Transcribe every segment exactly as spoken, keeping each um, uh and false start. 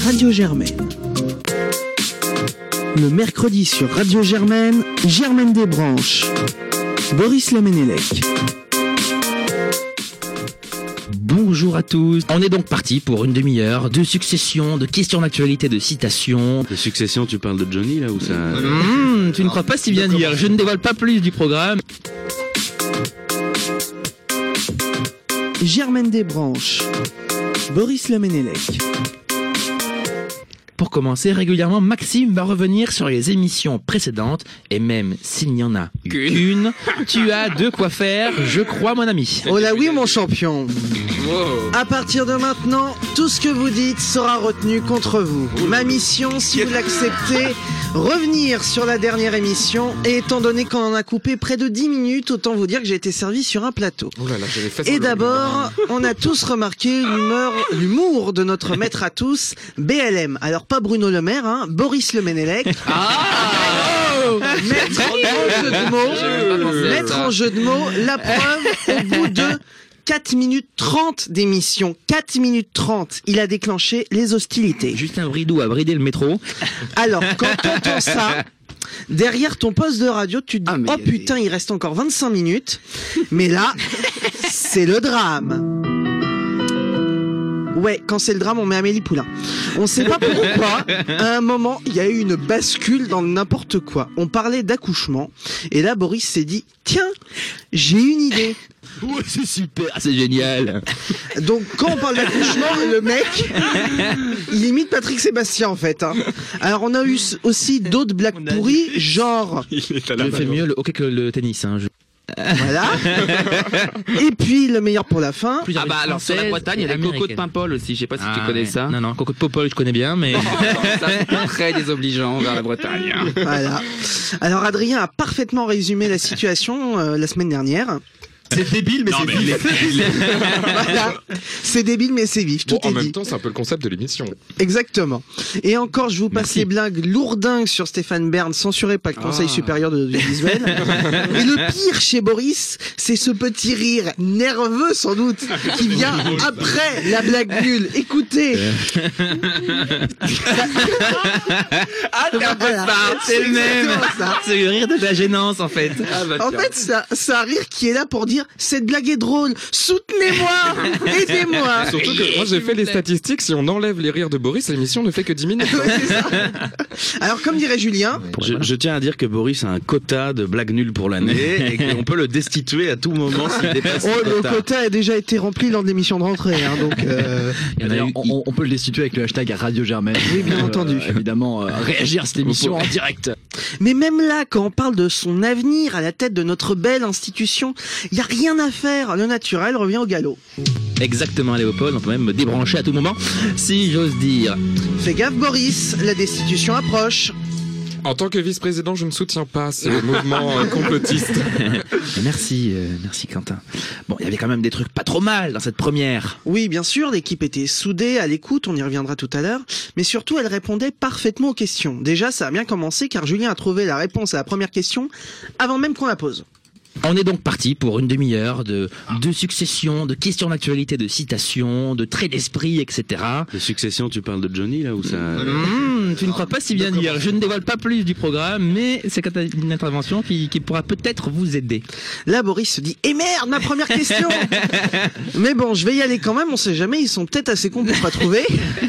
Radio Germaine. Le mercredi sur Radio Germaine, Germaine Desbranches, Boris Lemenelec. Bonjour à tous. On est donc parti pour une demi-heure de succession, de questions d'actualité, de citations. De succession, tu parles de Johnny là ou ça mmh, Tu ne crois pas si bien dire. Je ne dévoile pas plus du programme. Germaine Desbranches, Boris Lemenelec. Pour commencer, régulièrement, Maxime va revenir sur les émissions précédentes, et même s'il n'y en a qu'une, tu as de quoi faire, je crois, mon ami. Oh là oui, mon champion. À partir de maintenant, tout ce que vous dites sera retenu contre vous. Ma mission, si vous l'acceptez, revenir sur la dernière émission, et étant donné qu'on en a coupé près de dix minutes, autant vous dire que j'ai été servi sur un plateau. Oh là là, j'avais fait et d'abord, on a tous remarqué l'humeur, l'humour de notre maître à tous, B L M. Alors pas Bruno Le Maire, hein, Boris Lemenelec. Ah oh Mettre en jeu de mots, mettre en jeu de mots, la preuve, au bout de quatre minutes trente d'émission, quatre minutes trente, il a déclenché les hostilités. Justin Bridou a bridé le métro. Alors, quand t'entends ça, derrière ton poste de radio, tu te dis, ah, oh putain, des... il reste encore vingt-cinq minutes. Mais là, c'est le drame. Ouais, quand c'est le drame, on met Amélie Poulain. On sait pas pourquoi, à un moment, il y a eu une bascule dans n'importe quoi. On parlait d'accouchement, et là, Boris s'est dit, tiens, j'ai une idée. Ouais, c'est super, c'est génial. Donc, quand on parle d'accouchement, le mec, il imite Patrick Sébastien, en fait. Hein. Alors, on a eu aussi d'autres blagues pourries, genre... Je fais mieux le hockey que le tennis, hein. Je... Voilà. Et puis le meilleur pour la fin. Ah bah alors sur la Bretagne, il y a les cocos de Paimpol aussi. Je sais pas si ah, tu connais ouais. ça. Non non, coco de Popol, je connais bien, mais ça c'est très désobligeant vers la Bretagne. Voilà. Alors Adrien a parfaitement résumé la situation euh, la semaine dernière. C'est débile, mais non, c'est mais vif. Voilà. C'est débile, mais c'est vif. Tout bon, est en même dit. temps, c'est un peu le concept de l'émission. Exactement. Et encore, je vous passe Merci. les blagues lourdingues sur Stéphane Bern, censuré par le Conseil ah. supérieur de l'audiovisuel. Et le pire chez Boris, c'est ce petit rire nerveux, sans doute, qui vient après la blague nulle. Écoutez. Ah, c'est un peu ça. C'est le même. Ça. C'est le rire de la gênance, en fait. Ah, bah, en fait, c'est un rire qui est là pour dire cette blague est drôle, soutenez-moi, aidez-moi. Surtout que moi j'ai fait les statistiques, si on enlève les rires de Boris, l'émission ne fait que dix minutes. Ouais, c'est ça. Alors comme dirait Julien, je, je tiens à dire que Boris a un quota de blagues nulles pour l'année et qu'on peut le destituer à tout moment s'il dépasse oh, le quota. Le quota a déjà été rempli lors de l'émission de rentrée, hein, donc. Euh... D'ailleurs, on, on peut le destituer avec le hashtag Radio Germaine. Oui, bien euh, entendu. Évidemment, euh, réagir à cette émission en direct. Mais même là, quand on parle de son avenir à la tête de notre belle institution, il n'y a rien à faire. Le naturel revient au galop. Exactement, Léopold. On peut même me débrancher à tout moment, si j'ose dire. Fais gaffe, Boris. La destitution approche. En tant que vice-président, je ne soutiens pas ce mouvement complotiste. Merci, euh, merci Quentin. Bon, il y avait quand même des trucs pas trop mal dans cette première. Oui, bien sûr, l'équipe était soudée, à l'écoute, on y reviendra tout à l'heure. Mais surtout, elle répondait parfaitement aux questions. Déjà, ça a bien commencé car Julien a trouvé la réponse à la première question avant même qu'on la pose. On est donc parti pour une demi-heure de, de succession, de questions d'actualité, de citations, de traits d'esprit, et cetera. De succession, tu parles de Johnny là ou ça mmh, Tu ne crois pas si bien dire. Je ne dévoile pas plus du programme, mais c'est une intervention qui, qui pourra peut-être vous aider. Là, Boris se dit « Eh merde, ma première question !» Mais bon, je vais y aller quand même, on sait jamais, ils sont peut-être assez cons pour pas trouver.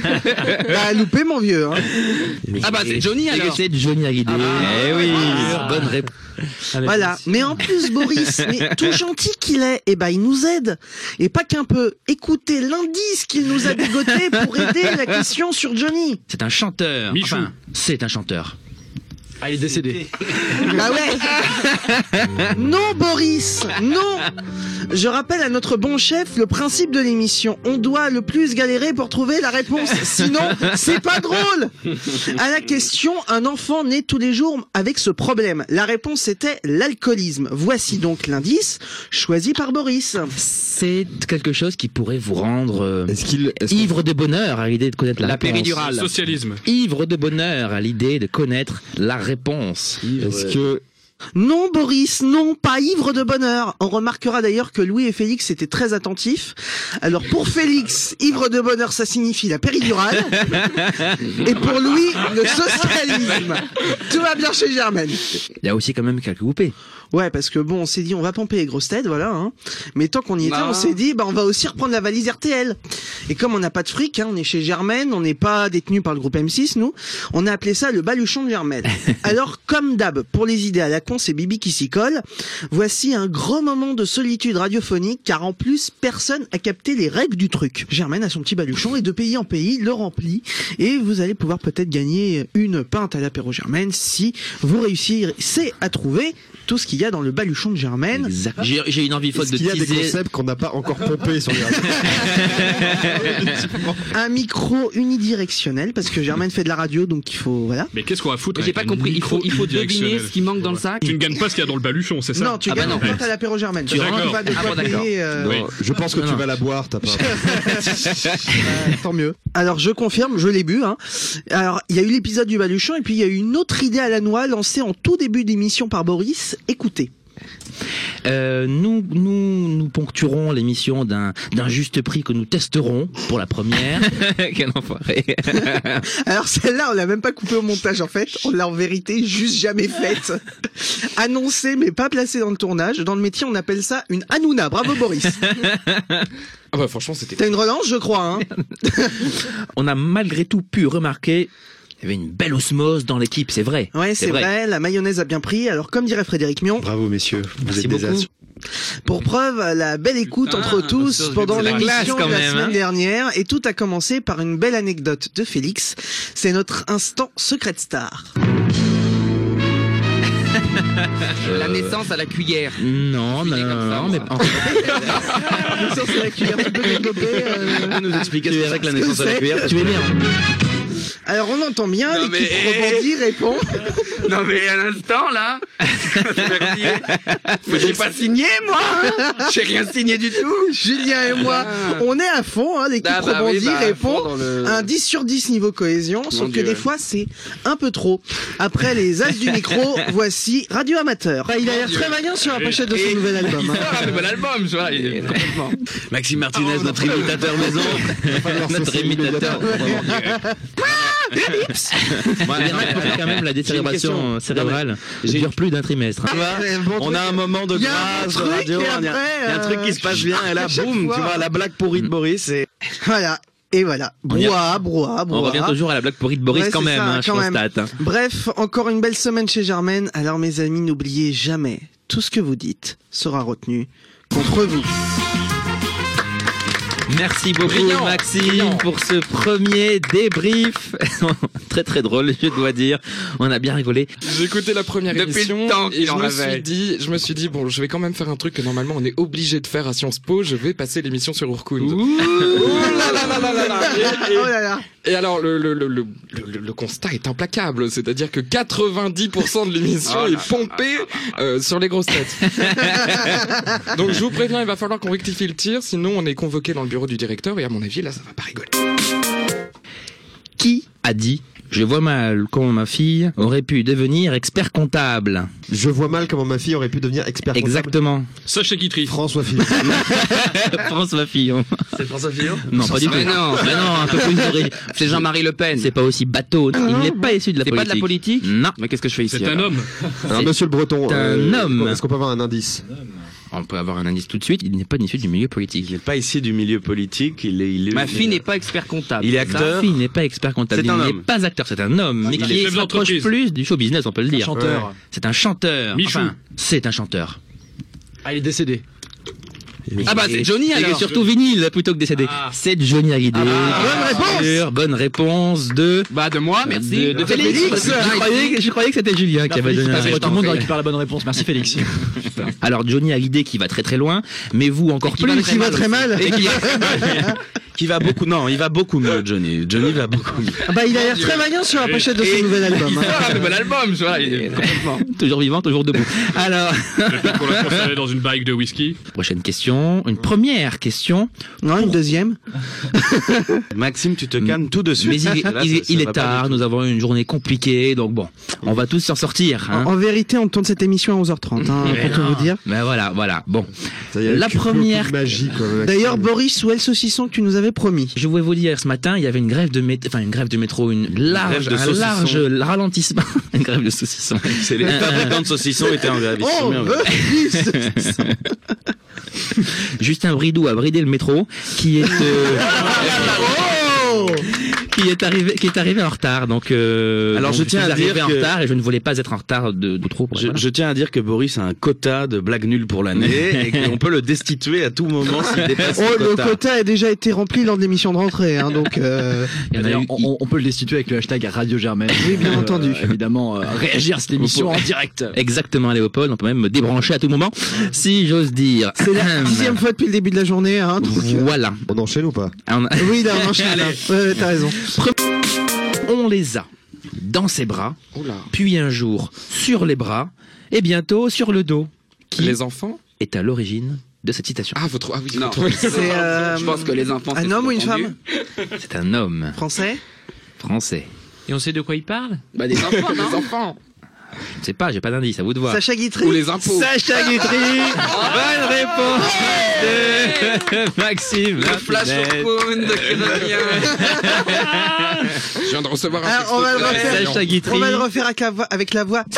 Bah, loupé mon vieux. Hein. Ah bah c'est Johnny alors. C'est Johnny Hallyday. Ah, eh oui, ah, bonne réponse. Voilà, mais en plus Boris, mais tout gentil qu'il est, eh ben il nous aide. Et pas qu'un peu. Écoutez l'indice qu'il nous a dégoté pour aider la question sur Johnny. C'est un chanteur. Michou. Enfin, c'est un chanteur. Ah, il est décédé. Ah ouais. Non Boris, non. Je rappelle à notre bon chef le principe de l'émission. On doit le plus galérer pour trouver la réponse. Sinon, c'est pas drôle. À la question, un enfant naît tous les jours avec ce problème. La réponse était l'alcoolisme. Voici donc l'indice choisi par Boris. C'est quelque chose qui pourrait vous rendre euh, est-ce qu'il, est-ce ivre de bonheur à l'idée de connaître la, la réponse. péridurale. Socialisme. Ivre de bonheur à l'idée de connaître la réponse. Est-ce que Non, Boris, non, pas ivre de bonheur. On remarquera d'ailleurs que Louis et Félix étaient très attentifs. Alors pour Félix, ivre de bonheur, ça signifie la péridurale. Et pour Louis, le socialisme. Tout va bien chez Germaine. Il y a aussi quand même quelques coupés. Ouais, parce que bon, on s'est dit, on va pomper les grosses têtes, voilà. Hein. Mais tant qu'on y était, Bah. on s'est dit, bah on va aussi reprendre la valise R T L. Et comme on n'a pas de fric, hein, on est chez Germaine, on n'est pas détenu par le groupe M six, nous, on a appelé ça le baluchon de Germaine. Alors, comme d'hab, pour les idées à la con, c'est Bibi qui s'y colle. Voici un gros moment de solitude radiophonique, car en plus, personne a capté les règles du truc. Germaine a son petit baluchon et de pays en pays le remplit. Et vous allez pouvoir peut-être gagner une pinte à l'apéro Germaine si vous réussissez à trouver tout ce qu'il y a dans le baluchon de Germaine. Exact. J'ai, j'ai une envie folle Est-ce de qu'il y a des teaser. concepts qu'on n'a pas encore pompés sur les radios? Un micro unidirectionnel, parce que Germaine fait de la radio, donc il faut, voilà. Mais qu'est-ce qu'on va foutre J'ai avec pas un compris. Il faut, micro il faut deviner unidirectionnel ce qui manque dans le sac. Tu ne gagnes pas ce qu'il y a dans le baluchon, c'est ça? Non, tu Ah bah gagnes non. une pinte à l'apéro Germaine. Tu Tu rentres. vas de Ah quoi bon, d'accord. payer, euh, Oui. Je pense que Non, tu non. vas la boire, t'as pas. euh, tant mieux. Alors je confirme, je l'ai bu. Hein. Alors il y a eu l'épisode du baluchon et puis il y a eu une autre idée à la noix lancée en tout début d'émission par Boris. Écoutez. Euh, nous, nous, nous ponctuerons l'émission d'un, d'un juste prix que nous testerons pour la première. Quel enfoiré. Alors celle-là, on l'a même pas coupée au montage en fait. On l'a en vérité juste jamais faite. Annoncée mais pas placée dans le tournage. Dans le métier, on appelle ça une Hanouna. Bravo Boris. Ah bah franchement, c'était... T'as une relance, je crois. Hein. On a malgré tout pu remarquer il y avait une belle osmose dans l'équipe, c'est vrai. Ouais, c'est, vrai. La mayonnaise a bien pris. Alors comme dirait Frédéric Mion. Bravo messieurs, vous Merci êtes des beaucoup. as. Pour preuve, la belle écoute Putain, entre tous ça, pendant c'est la l'émission classe quand de la même, semaine hein. dernière. Et tout a commencé par une belle anecdote de Félix. C'est notre instant secret star. La naissance à la cuillère. Non, non, Filé comme ça, non, moi. mais en fait, Ça, c'est la cuillère. Tu peux développer, euh, Tu peux nous expliquer ce que c'est que la naissance à la c'est. cuillère? tu es bien. Alors on entend bien, Non, l'équipe mais- rebondit, répond. Non mais un instant là. Mais j'ai pas signé moi. J'ai rien signé du tout. Julien et moi, on est à fond, hein, l'équipe Ah bah oui, rebondit, bah, à répond. fond dans le- Un dix sur dix niveau cohésion, sauf que Dieu. des fois c'est un peu trop. Après les as du micro, voici Radio Amateur. Bah, il a l'air très malin sur la pochette de son Et- nouvel album. Il hein. sort un nouvel album, tu vois. il est complètement. Maxime Martinez, notre imitateur maison. Notre imitateur. Bon, les règles pour quand même la décérébration question. cérébrale dure plus d'un trimestre. Tu vois, Bon on truc. a un moment de Il y a un grâce bon de truc, radio, et il y a, il y a après, un truc qui se passe bien, et là, à chaque boum, fois. tu vois, la blague pourrie de Boris, et Voilà. Et voilà. Brouhaha, brouhaha, On brouhaha. revient toujours à la blague pourrie de Boris Ouais, quand c'est même, ça, hein, je quand même. constate. hein. Bref, encore une belle semaine chez Germaine. Alors mes amis, n'oubliez jamais, tout ce que vous dites sera retenu contre vous. Merci beaucoup Brillant, Maxime brillant. pour ce premier débrief. Très très drôle, je dois dire. On a bien rigolé. J'ai écouté la première Depuis émission le temps et qu'il je en me suis réveille. dit, je me suis dit bon, je vais quand même faire un truc que normalement on est obligé de faire à Sciences Po. Je vais passer l'émission sur Urkund. Ouh là là là là là là. Et, et- Oh là là. et alors le le, le, le, le, le constat est implacable, c'est-à-dire que quatre-vingt-dix pour cent de l'émission Oh là est pompée euh, sur les grosses têtes. Donc je vous préviens, il va falloir qu'on rectifie le tir, sinon on est convoqué dans le bureau du directeur et à mon avis là ça va pas rigoler. Qui a dit je vois mal comment ma fille aurait pu devenir expert comptable? Je vois mal comment ma fille aurait pu devenir expert comptable. Exactement. Sacha Guitry. François Fillon. François Fillon. c'est François Fillon? Non, pas du tout. Mais non. Mais non, un peu plus de- C'est Jean-Marie Le Pen. C'est pas aussi bateau. Il n'est pas issu de la C'est politique. pas de la politique. Non. Mais qu'est-ce que je fais ici C'est un alors homme. Alors monsieur le Breton, C'est un homme. est-ce qu'on peut avoir un indice? On peut avoir un indice tout de suite. Il n'est pas issu du milieu Il politique. n'est pas ici du milieu politique, il est... Il est Ma fille n'est pas expert comptable. Il est Sa acteur. fille n'est pas expert comptable. C'est Il un n'est homme. pas acteur. C'est un homme, mais il qui est chef se rapproche d'entreprise. plus du show business, on peut le dire. Chanteur. C'est un chanteur. Michou. Enfin, c'est un chanteur. Ah, il est décédé. Ah bah c'est Johnny Et alors. surtout vinyle plutôt que décédé. Ah. C'est Johnny Hallyday. Ah, bonne réponse. Sûr, bonne réponse de. Bah de moi, merci. De, de Félix. Félix. Je croyais, que- je croyais que c'était Julien qui avait donné la Merci, réponse. tout le monde récupère la bonne réponse. Merci Félix. Alors Johnny Hallyday qui va très très loin, mais vous encore Et qui plus. va très Qui va très mal. Et qui, Qui va beaucoup, non, il va beaucoup mieux, Johnny. Johnny va beaucoup mieux. Ah bah, il a l'air très malin sur la pochette de son nouvel album. Il hein. sort un nouvel album, tu vois. il est complètement- Toujours vivant, toujours debout. Alors, Peut-être qu'on l'a conservé dans une barrique de whisky. prochaine question. Une première question. Non, une deuxième. Maxime, tu te calmes tout de suite. Mais il, Là, il- ça- ça il va est pas tard, du tout. nous avons eu une journée compliquée, donc bon, on va tous s'en sortir. Hein. En vérité, on tourne cette émission à onze heures trente, hein, Mais pour tout non. vous dire. Mais voilà, voilà. Bon, Ça y est, La tu peux première- aucune magie, quoi, Maxime. D'ailleurs, Boris, où est le saucisson que tu nous avais promis? je voulais vous dire, ce matin, il y avait une grève de métro, enfin une grève de métro, une large, grève de un saucisson. large ralentissement, une grève de saucisson. C'est les fabricants de saucissons étaient en grève. Ils se sont Oh, mis en grève. plus saucisson. Justin Bridou a bridé le métro, qui est euh, Oh qui est arrivé, qui est arrivé en retard. Donc, euh, Alors, donc je tiens suis à dire arrivé en que- retard et je ne voulais pas être en retard de, de trop. Je, Voilà. je tiens à dire que Boris a un quota de blagues nulles pour l'année et qu'on peut le destituer à tout moment s'il dépasse Oh, le le quota. quota a déjà été rempli lors de l'émission de rentrée, hein, donc euh, Il y en a D'ailleurs, eu- on, on peut le destituer avec le hashtag Radio Germaine. Oui, bien entendu. Évidemment, euh, réagir à cette émission en direct. Exactement, Léopold. On peut même me débrancher à tout moment, si j'ose dire. c'est la dixième fois depuis le début de la journée. Hein, donc, euh, Voilà. On enchaîne ou pas? On, a- Oui, là, on enchaîne. là. Ouais, ouais, t'as raison. on les a dans ses bras, Oula. puis un jour sur les bras, et bientôt sur le dos. Qui Les enfants? est à l'origine de cette citation? Ah, votre. Ah oui, Non. votre- C'est euh, Je pense que les enfants. un c'est homme ou une sous-entendu. femme? C'est un homme Français? français. Et on sait de quoi il parle? Bah des enfants, Les non enfants. Je sais pas, j'ai pas d'indice, à vous de voir. Sacha Guitry? Ou les impôts. Sacha Guitry. Bonne réponse de Maxime. Le flash Lapinette. au pound qui revient. Je viens de recevoir un Alors, texto on va le très refaire. mignon. Sacha Guitry. On va le refaire avec la voix. Avec la voix.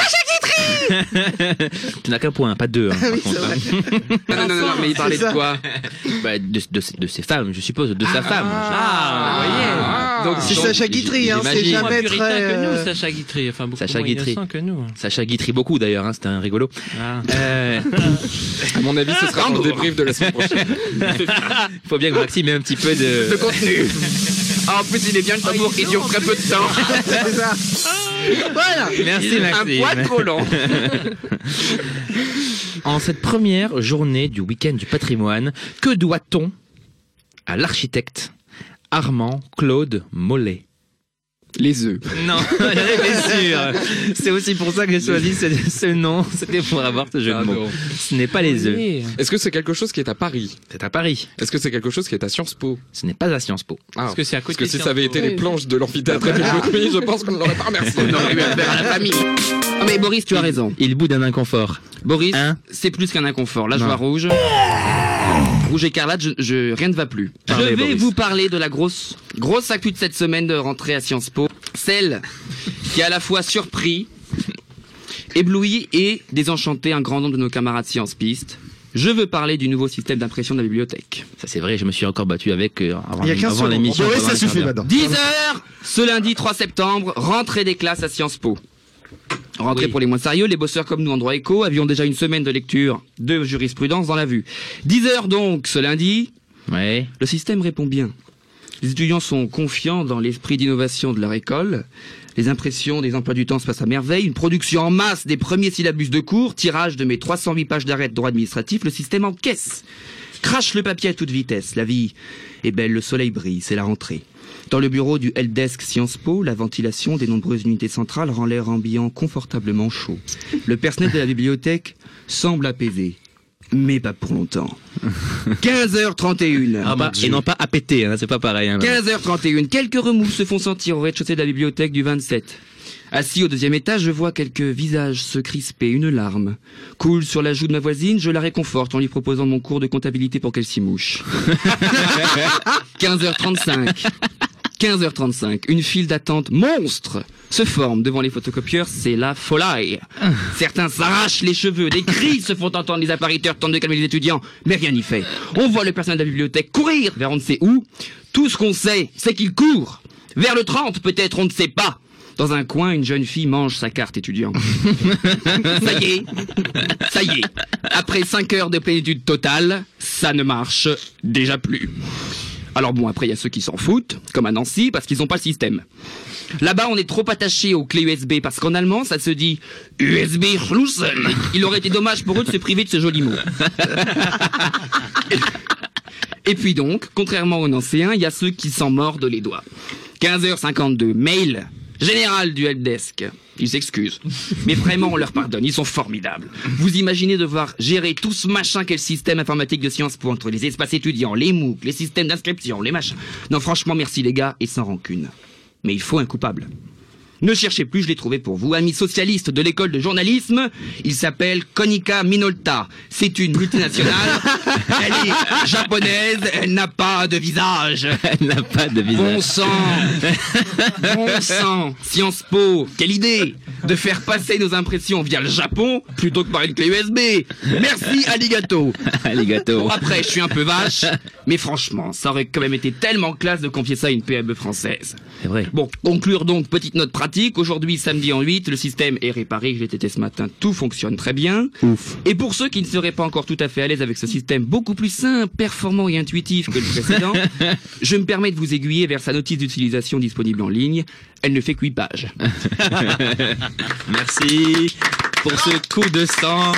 Tu n'as qu'un point, pas deux. Hein, Ah oui, par c'est contre, vrai. hein. Non, non, non, non, mais il parlait C'est ça. de quoi? Bah, de, de, de ses femmes, je suppose, de sa femme. Ah, vous voyez. Ah. Donc c'est donc, Sacha Guitry, hein, c'est j'imagine. Moins jamais puritain très. que nous, euh, Sacha Guitry. Enfin, beaucoup Sacha moins Guitry. innocent que nous. Sacha Guitry beaucoup d'ailleurs, hein, c'était un rigolo. Ah. Euh, À mon avis, ce sera dans le débrief de la semaine prochaine. Il faut bien que Maxime ait un petit peu de... De contenu. Ah, en plus, il est bien le tambour qui dure très peu de temps. C'est ça. Voilà. Merci Un Maxime. poids trop long. En cette première journée du week-end du patrimoine, que doit-on à l'architecte Armand Claude Mollet? Les œufs. Non, j'en étais sûr. C'est aussi pour ça que j'ai choisi ce, ce nom. C'était pour avoir ce jeu de mots. Ce n'est pas les œufs. Oui. Est-ce que c'est quelque chose qui est à Paris? C'est à Paris. Est-ce que c'est quelque chose qui est à Sciences Po? Ce n'est pas à Sciences Po. Ah, Parce que c'est à parce côté que si de ça avait Sciences été Po. les planches de l'amphithéâtre et du Boutmy, je pense qu'on ne l'aurait pas remercié. On aurait eu affaire à la famille. Non, mais Boris, tu as raison. Il bout d'un inconfort. Boris, Hein c'est plus qu'un inconfort. Là, je Non. vois rouge. Rouge écarlate, je, je- rien ne va plus. Parlez, je vais Boris. vous parler de la grosse, grosse actu de cette semaine de rentrée à Sciences Po. Celle qui a à la fois surpris, ébloui et désenchanté un grand nombre de nos camarades sciences-pistes. Je veux parler du nouveau système d'impression de la bibliothèque. Ça c'est vrai, je me suis encore battu avec euh, avant, Il y a quinze avant l'émission. Boris, pendant ça un quart suffit d'heure. maintenant. dix heures, ce lundi trois septembre, rentrée des classes à Sciences Po. Rentrée Oui. pour les moins sérieux, les bosseurs comme nous en droit éco avions déjà une semaine de lecture de jurisprudence dans la vue. dix heures donc, ce lundi, Ouais. le système répond bien. Les étudiants sont confiants dans l'esprit d'innovation de leur école. Les impressions des emplois du temps se passent à merveille. Une production en masse des premiers syllabus de cours. Tirage de mes trois cent huit pages d'arrêt de droit administratif. Le système encaisse. Crache le papier à toute vitesse. La vie est belle, le soleil brille, c'est la rentrée. Dans le bureau du Helpdesk Sciences Po, la ventilation des nombreuses unités centrales rend l'air ambiant confortablement chaud. Le personnel de la bibliothèque semble apaisé. Mais pas pour longtemps. quinze heures trente et une. Ah, pas- et non pas à péter, hein, c'est pas pareil. Hein, là. quinze heures trente et une. Quelques remous se font sentir au rez-de-chaussée de la bibliothèque du vingt-sept. Assis au deuxième étage, je vois quelques visages se crisper, une larme coule sur la joue de ma voisine, je la réconforte en lui proposant mon cours de comptabilité pour qu'elle s'y mouche. quinze heures trente-cinq. quinze heures trente-cinq. Une file d'attente monstre se forme devant les photocopieurs, c'est la folie. Certains s'arrachent les cheveux, des cris se font entendre, les appariteurs tentent de calmer les étudiants, mais rien n'y fait. On voit le personnel de la bibliothèque courir vers on ne sait où. Tout ce qu'on sait, c'est qu'il court. Vers le trente, peut-être, on ne sait pas. Dans un coin, une jeune fille mange sa carte étudiant. Ça y est, ça y est. Après cinq heures de plénitude totale, ça ne marche déjà plus. Alors bon, après, il y a ceux qui s'en foutent, comme à Nancy, parce qu'ils n'ont pas le système. Là-bas, on est trop attaché aux clés U S B, parce qu'en allemand, ça se dit U S B Schlüssel. Il aurait été dommage pour eux de se priver de ce joli mot. Et puis donc, contrairement aux anciens, il y a ceux qui s'en mordent les doigts. quinze heures cinquante-deux, mail général du helpdesk. Ils s'excusent. Mais vraiment, on leur pardonne. Ils sont formidables. Vous imaginez devoir gérer tout ce machin qu'est le système informatique de Sciences Po entre les espaces étudiants, les MOOC, les systèmes d'inscription, les machins. Non, franchement, merci les gars, et sans rancune. Mais il faut un coupable. Ne cherchez plus, je l'ai trouvé pour vous. Amis socialistes de l'école de journalisme, il s'appelle Konica Minolta. C'est une multinationale. Elle est japonaise, elle n'a pas de visage. Elle n'a pas de visage. Bon sang. Bon sang. Sciences Po, quelle idée de faire passer nos impressions via le Japon plutôt que par une clé U S B. Merci, Aligato. Aligato. Bon, après, je suis un peu vache, mais franchement, ça aurait quand même été tellement classe de confier ça à une P M E française. C'est vrai. Bon, conclure donc, petite note pratique. Aujourd'hui, samedi en huit, le système est réparé, je l'ai testé ce matin, tout fonctionne très bien. Ouf. Et pour ceux qui ne seraient pas encore tout à fait à l'aise avec ce système beaucoup plus simple, performant et intuitif que le précédent, je me permets de vous aiguiller vers sa notice d'utilisation disponible en ligne. Elle ne fait que huit pages. Merci pour ce coup de sang.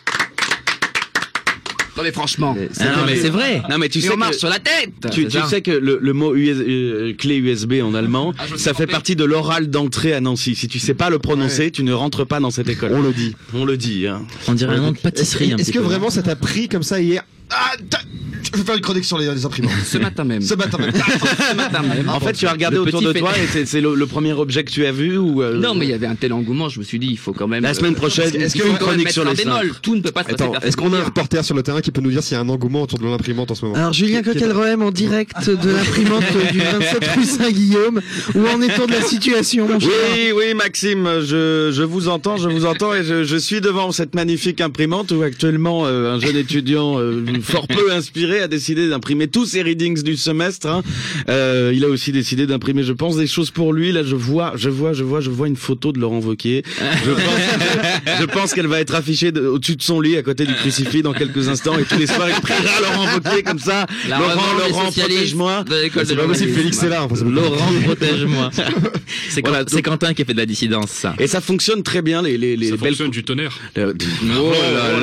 Non mais franchement, Ah non, mais c'est vrai. Non mais tu mais sais on marche que, sur la tête. tu, C'est tu ça. sais que le, le mot U S B, euh, clé U S B en allemand, Ah, je me suis ça fait trompé. partie de l'oral d'entrée à Nancy. Si tu sais pas le prononcer, Ouais. tu ne rentres pas dans cette école. On le dit. On le dit. Hein. On dirait un nom de pâtisserie. un Est-ce petit que peu. vraiment ça t'a pris comme ça hier? Ah, t'as- je vais faire une chronique sur les, les imprimantes. Ce matin même. Ce matin même. Ce matin même. En fait, tu as regardé Le autour petit de fait- toi et c'est, c'est le, le premier objet que tu as vu ou euh, Non mais il y avait un tel engouement, je me suis dit il faut quand même. la semaine euh, prochaine, est-ce est-ce que qu'il vous une quand même chronique mettre sur un les seins? bémol. Tout ne peut pas se passer Attends, par est-ce qu'on a un plaisir. reporter sur le terrain qui peut nous dire s'il y a un engouement autour de l'imprimante en ce moment? Alors Julien Coquelroem en direct de l'imprimante du vingt-sept rue Saint-Guillaume. Où en est-on de la situation, mon cher? Oui, oui, Maxime, je, je vous entends, je vous entends et je, je suis devant cette magnifique imprimante où actuellement euh, un jeune étudiant euh, fort peu inspiré a décidé d'imprimer tous ses readings du semestre. Hein. Euh, il a aussi décidé d'imprimer, je pense, des choses pour lui. Là, je vois, je vois, je vois, je vois une photo de Laurent Wauquiez. Je pense, je pense qu'elle va être affichée de- au-dessus de son lit, à côté du crucifix, dans quelques instants. Et tous les soirs, il priera Laurent Wauquiez comme ça. La Laurent, revanche des Laurent, socialistes protège-moi. de l'école C'est de pas possible, journalisme. Félix est là. Enfin, c'est pas Laurent, protège-moi. C'est Voilà, Quentin- c'est Quentin qui a fait de la dissidence, ça. Et ça fonctionne très bien, les, les, les Ça belles fonctionne du tonnerre. Euh, Oh là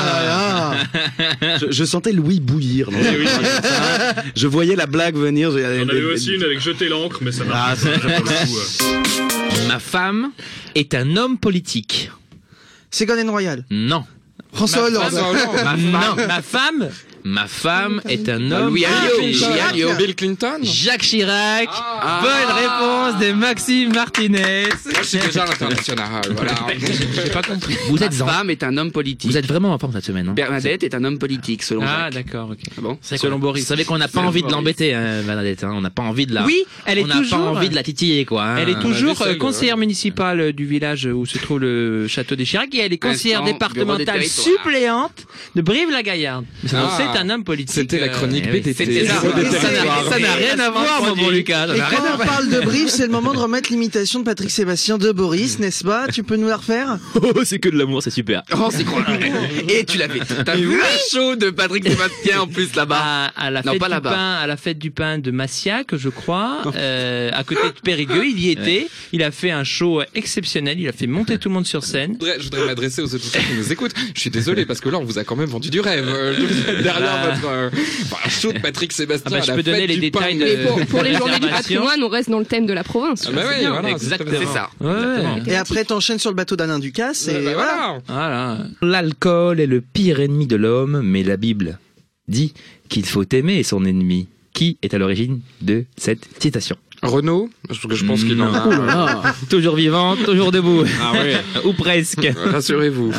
là. Je, je sentais Louis bouillir. Dans ce truc, ça. Je voyais la blague venir. j'ai- On avait aussi une avec jeter l'encre, mais ça Ah, marche. ça, Pour le coup, euh, Ma femme est un homme politique. Ségolène Royal. Non. François Hollande. François Hollande. Ma femme, ma femme, ma femme est un homme Louis Alliot, politique. Louis Alliot. Bill Clinton. Jacques Chirac. Ah. Bonne réponse de Maxime Martinez. Moi, je suis déjà à l'international. Voilà. J'ai pas compris. Vous Ma êtes en- femme est un homme politique. vous êtes vraiment en forme cette semaine, hein. Bernadette est un homme politique selon Ah, Jacques. d'accord, ok. Ah bon C'est Selon qu'on- Boris. Vous savez qu'on n'a pas envie de l'embêter, hein, Bernadette. Hein. On n'a pas envie de la. Oui, elle est on n'a toujours. pas envie de la titiller, quoi. hein. Elle est toujours vaisselle, euh, conseillère ouais. municipale du village où se trouve le château des Chirac et elle est conseillère Instant, bureau des départementale territoires. suppléante de Brive-la-Gaillarde. Donc Ah. c'est un homme politique. C'était la euh, chronique eh oui, B T T. c'était ça. Bureau des Et ça n'a- territoires. ça n'a rien à voir, mon bon Lucas. Ça Et n'a rien quand à on voir. parle de Brive, c'est le moment de remettre l'imitation de Patrick Sébastien de Boris, n'est-ce pas? Tu peux nous la refaire? Oh, c'est que de l'amour, c'est super. Oh, c'est quoi? Et tu l'avais, t'as vu un show de Patrick Sébastien en plus là-bas. À, à la Non, fête pas du là-bas. pain, à la fête du pain de Massiac, je crois, euh, à côté de Périgueux, il y était. Il a fait un show exceptionnel. Il a fait monter tout le monde sur scène. Je voudrais, je voudrais m'adresser aux auditeurs qui nous écoutent. Je suis désolé parce que là, on vous a quand même vendu du rêve. Euh, Derrière Ah. votre euh, enfin, show de Patrick Sébastien. Ah bah, à je la peux donner fête les du détails pain. de- Mais pour, pour les journées du réservation. patrimoine, on reste dans le thème de la province. Ah bah C'est oui, bien. voilà, Exactement. C'est ça. Ouais, ouais. Et après, t'enchaînes sur le bateau d'Alain Ducasse et Ah bah voilà. voilà. Voilà. L'alcool est le pire ennemi de l'homme, mais la Bible dit qu'il faut aimer son ennemi. Qui est à l'origine de cette citation? Renaud, je, je pense qu'il en a. Non. Toujours vivant, toujours debout. Ah ouais. Ou presque. Rassurez-vous.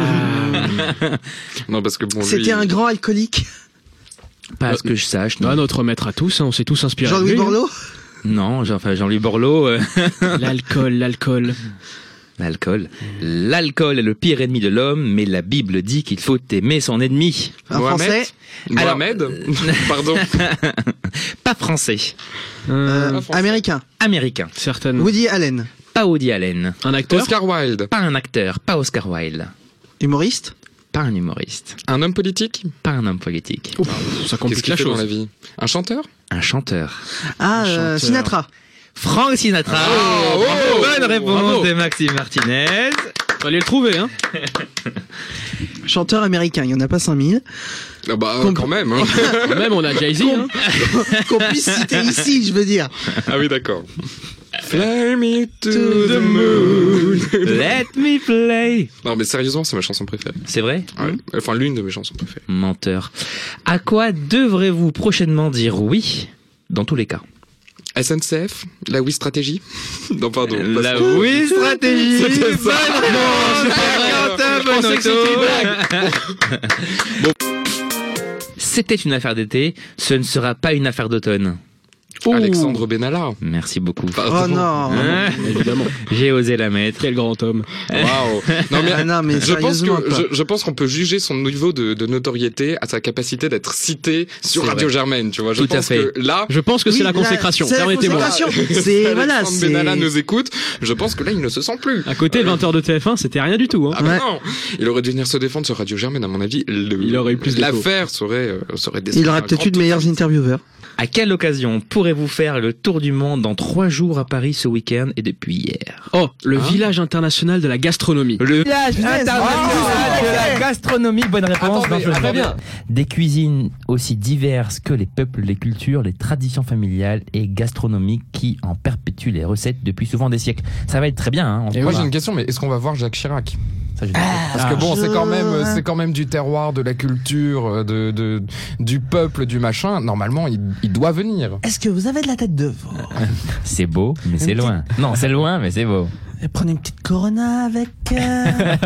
non, parce que bon, lui, C'était un grand alcoolique. Pas à ce que je sache. Non, Ah, notre maître à tous, hein, on s'est tous inspirés. de Jean-Louis lui, hein. Borloo. non Jean- enfin, Jean-Louis Borloo. euh, L'alcool, l'alcool. L'alcool. L'alcool est le pire ennemi de l'homme, mais la Bible dit qu'il faut aimer son ennemi. Un Mohamed. français. Mohamed. Pardon. Pas français. Euh, Pas français. américain. Américain. Certaines. Woody Allen. Pas Woody Allen. Un acteur. Oscar Wilde. Pas un acteur. Pas Oscar Wilde. Humoriste. Pas un humoriste. Un homme politique. Pas un homme politique. Ouf, ça Qu'est-ce complique qu'il la fait dans chose. la vie? Un chanteur. Un chanteur. Ah, euh, chanteur. Sinatra. Frank Sinatra. Oh, Bravo. Bonne réponse bravo. de Maxime Martinez. Fallait le trouver, hein. Chanteur américain. Il y en a pas cinq mille. Ah bah, Qu'on- quand même. Hein. Quand même, on a Jay-Z. Hein. qu'on puisse citer ici, je veux dire. Ah oui, d'accord. Fly me to the moon. Let me play. Non, mais sérieusement, c'est ma chanson préférée. C'est vrai? Ouais. Enfin, l'une de mes chansons préférées. Menteur. À quoi devrez-vous prochainement dire oui dans tous les cas? S N C F, la oui stratégie. Non, pardon. La parce que- oui stratégie. C'était ça. Bonne réponse. Je Bonne pensais que c'était auto. C'était une affaire d'été, ce ne sera pas une affaire d'automne. Alexandre Benalla. Merci beaucoup. Pardon. Oh non. Hein Évidemment. J'ai osé la mettre. Quel grand homme. Waouh. Non mais, Ah non, mais je pense sérieusement, que quoi. je, je pense qu'on peut juger son niveau de, de notoriété à sa capacité d'être cité sur C'est Radio vrai. Germaine, tu vois. Je Tout à pense fait. que là, Je pense que Oui, c'est la là, consécration. c'est la Permettez-moi. consécration. C'est voilà, Alexandre c'est. Benalla nous écoute. Je pense que là, il ne se sent plus. À côté, le vingt heures de T F un, c'était rien du tout. Hein. Ah bah Ouais. non, il aurait dû venir se défendre sur Radio Germaine, à mon avis. Le, Il aurait eu plus d'écho. L'affaire serait, euh, serait Il aurait peut-être eu de meilleurs intervieweurs. À quelle occasion pourrez-vous faire le tour du monde en trois jours à Paris ce week-end et depuis hier? Oh, le Hein village international de la gastronomie. Le Village international de la gastronomie, bonne réponse. Attendez, Non, je- très bien. Des cuisines aussi diverses que les peuples, les cultures, les traditions familiales et gastronomiques qui en perpétuent les recettes depuis souvent des siècles. Ça va être très bien. Hein, on Et voit. moi j'ai une question, mais est-ce qu'on va voir Jacques Chirac? Ça, je- Parce que bon, je- c'est quand même, c'est quand même du terroir, de la culture, de, de du peuple, du machin. Normalement, il, il doit venir. Est-ce que vous avez de la tête de veau? C'est beau, mais c'est loin. Non, c'est loin, mais c'est beau. Et prenez une petite Corona avec. euh,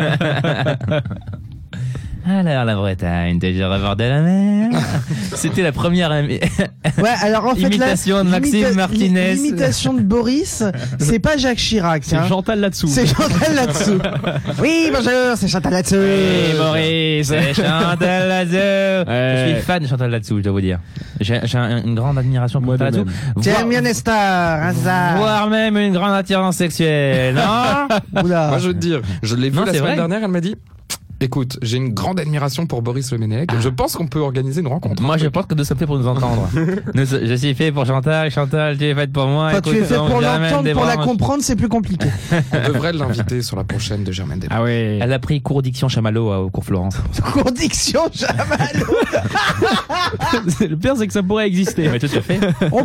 Alors la Bretagne, toujours au bord de la mer. C'était la première ami- Ouais, alors en fait, imitation là, de Maxime l'imita- Martinez. L'imitation de Boris, c'est pas Jacques Chirac. C'est hein. Chantal là-dessous. C'est Chantal là-dessous. Oui, bonjour, c'est Chantal là-dessous. Oui, Maurice, c'est Chantal Latsou. Ouais. Je suis fan de Chantal Latsou, je dois vous dire. J'ai j'ai un- une grande admiration pour Moi de Chantal Latsou. même. J'aime Voire, bien Nestor, hein, ça. voire même une grande attirance sexuelle, non? Oula. Moi, je veux te dire, je l'ai vu Non, la c'est semaine vrai. dernière. Elle m'a dit. Écoute, j'ai une grande admiration pour Boris Le Menec. Je pense qu'on peut organiser une rencontre. Moi, je pense que nous sommes faits pour nous entendre. Nous, je suis fait pour Chantal, Chantal, tu es faite pour moi. Quand tu Écoute, es fait on pour jamais l'entendre, des pour la branches. comprendre, c'est plus compliqué. On devrait l'inviter sur la prochaine de Germaine Desprats. Ah ouais. Elle a pris cours diction Chamallow euh, au cours Florence. Condition, Jamal. Le pire, c'est que ça pourrait exister. Mais tout à fait.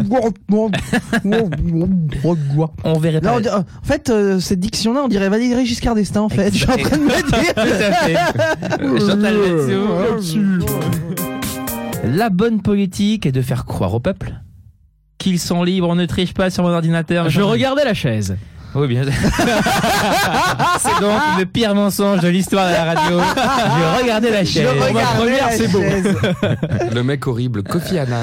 On verrait Là, pas. on dirait- en fait, euh, cette diction-là, on dirait Valérie Giscard d'Estaing, en fait. Je suis en train de me dire. Tout à fait. Chantal Latsou. La bonne politique est de faire croire au peuple qu'ils sont libres, on ne triche pas sur mon ordinateur. Je regardais la chaise. Oui, bien. C'est donc le pire mensonge de l'histoire de la radio. Je regardais la chaise. Je ma regardais première, la c'est beau. chaise. Le mec horrible, Kofi Annan.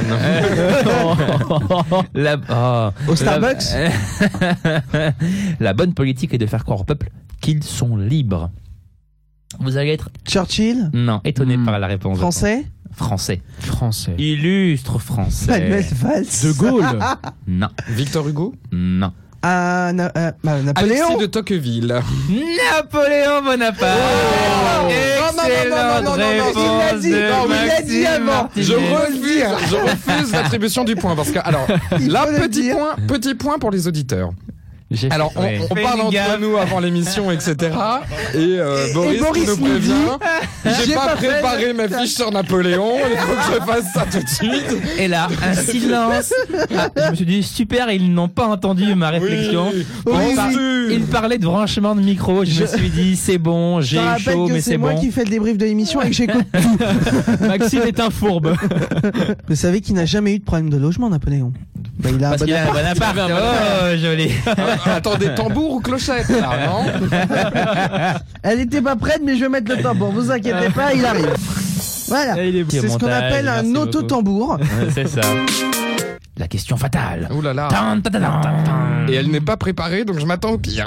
La- oh. Au Starbucks. La... La bonne politique est de faire croire au peuple qu'ils sont libres. Vous allez être, Churchill, non, étonné Hmm. par la réponse. français, Français. Français. Illustre français. Manuel Valls. De Gaulle. Non, Victor Hugo. non. Ah, Na- euh, bah, Napoléon. Alexis de Tocqueville. Napoléon Bonaparte. Oh Excellente non, non, non, non, non, non, réponse il l'a dit, de non, il l'a Maxime dit avant. Martinez. Je refuse, je refuse l'attribution du point parce que alors Il là faut le petit dire. point, petit point pour les auditeurs. J'ai- Alors on, ouais. on Fais parle une entre gaffe. nous avant l'émission, et cetera. Et, euh, Et- Boris, et Boris qui nous nous prévient. dit, J'ai j'ai pas, pas fait préparé le- ma fiche sur Napoléon. Il faut que je fasse ça tout de suite. Et là, un silence. Ah, je me suis dit, super, ils n'ont pas entendu ma réflexion. Oui. Ils Oui, par- oui. Ils parlaient de branchement de micro. Je, Je- me suis dit, c'est bon, Je j'ai te eu rappelle chaud, que mais c'est c'est moi bon. qui fais le débrief de l'émission et que j'écoute tout. Maxime est un fourbe. Vous savez qu'il n'a jamais eu de problème de logement, Napoléon. Bah, il a un Parce bon qu'il a un bon appart. appart. Oh, joli. Ah, attendez, tambour ou clochette là, non? Elle était pas prête, mais je vais mettre le tambour. Vous inquiétez pas, il arrive. Voilà. Ah, il est beau. C'est ce qu'on Montage, appelle un merci beaucoup. auto-tambour. C'est ça. La question fatale. Ouh là là. Tan, tan, tan, tan. Et elle n'est pas préparée, donc je m'attends au pire.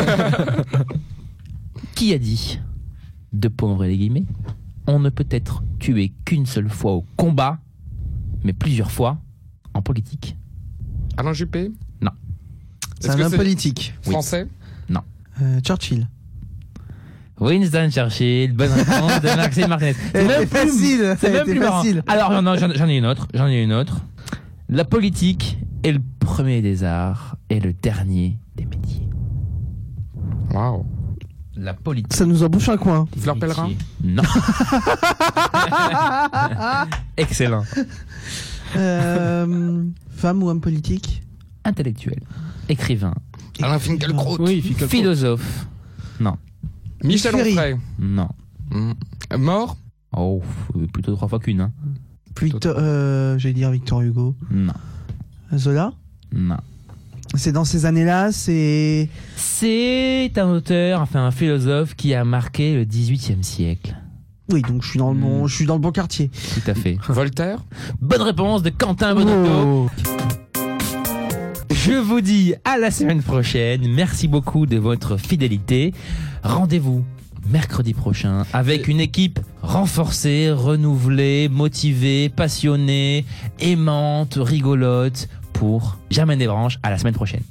Qui a dit, de pauvres les guillemets, on ne peut être tué qu'une seule fois au combat, mais plusieurs fois en politique? Alain Juppé? Non. C'est Est-ce un que homme c'est politique. Français? Euh, Churchill. Winston Churchill, bonne réponse de Maxime Martinez. C'est Elle même était plus- facile. C'est Elle même était plus marrant. facile. Alors j'en j'en- j'en ai une autre, j'en ai une autre. La politique est le premier des arts et le dernier des métiers. Waouh. La politique. Ça nous en bouche un coin. Fleur Pellerin. Non. Excellent. Euh, femme ou homme politique? Intellectuel. Écrivain. Alain Finkielkraut. Oui, Finkielkraut. Philosophe. Non. Michel Ferry. Onfray. Non. Mm. Mort. Oh, euh, plutôt trois fois qu'une. Hein. Plutôt, euh, j'allais dire Victor Hugo. Non. Zola? Non. C'est dans ces années-là, c'est... C'est un auteur, enfin un philosophe qui a marqué le dix-huitième siècle. Oui, donc je suis dans le bon, je suis dans le bon quartier. Tout à fait. Voltaire. Bonne réponse de Quentin Bonotto. Je vous dis à la semaine prochaine. Merci beaucoup de votre fidélité. Rendez-vous mercredi prochain avec une équipe renforcée, renouvelée, motivée, passionnée, aimante, rigolote pour Germaine Desbranches. À la semaine prochaine.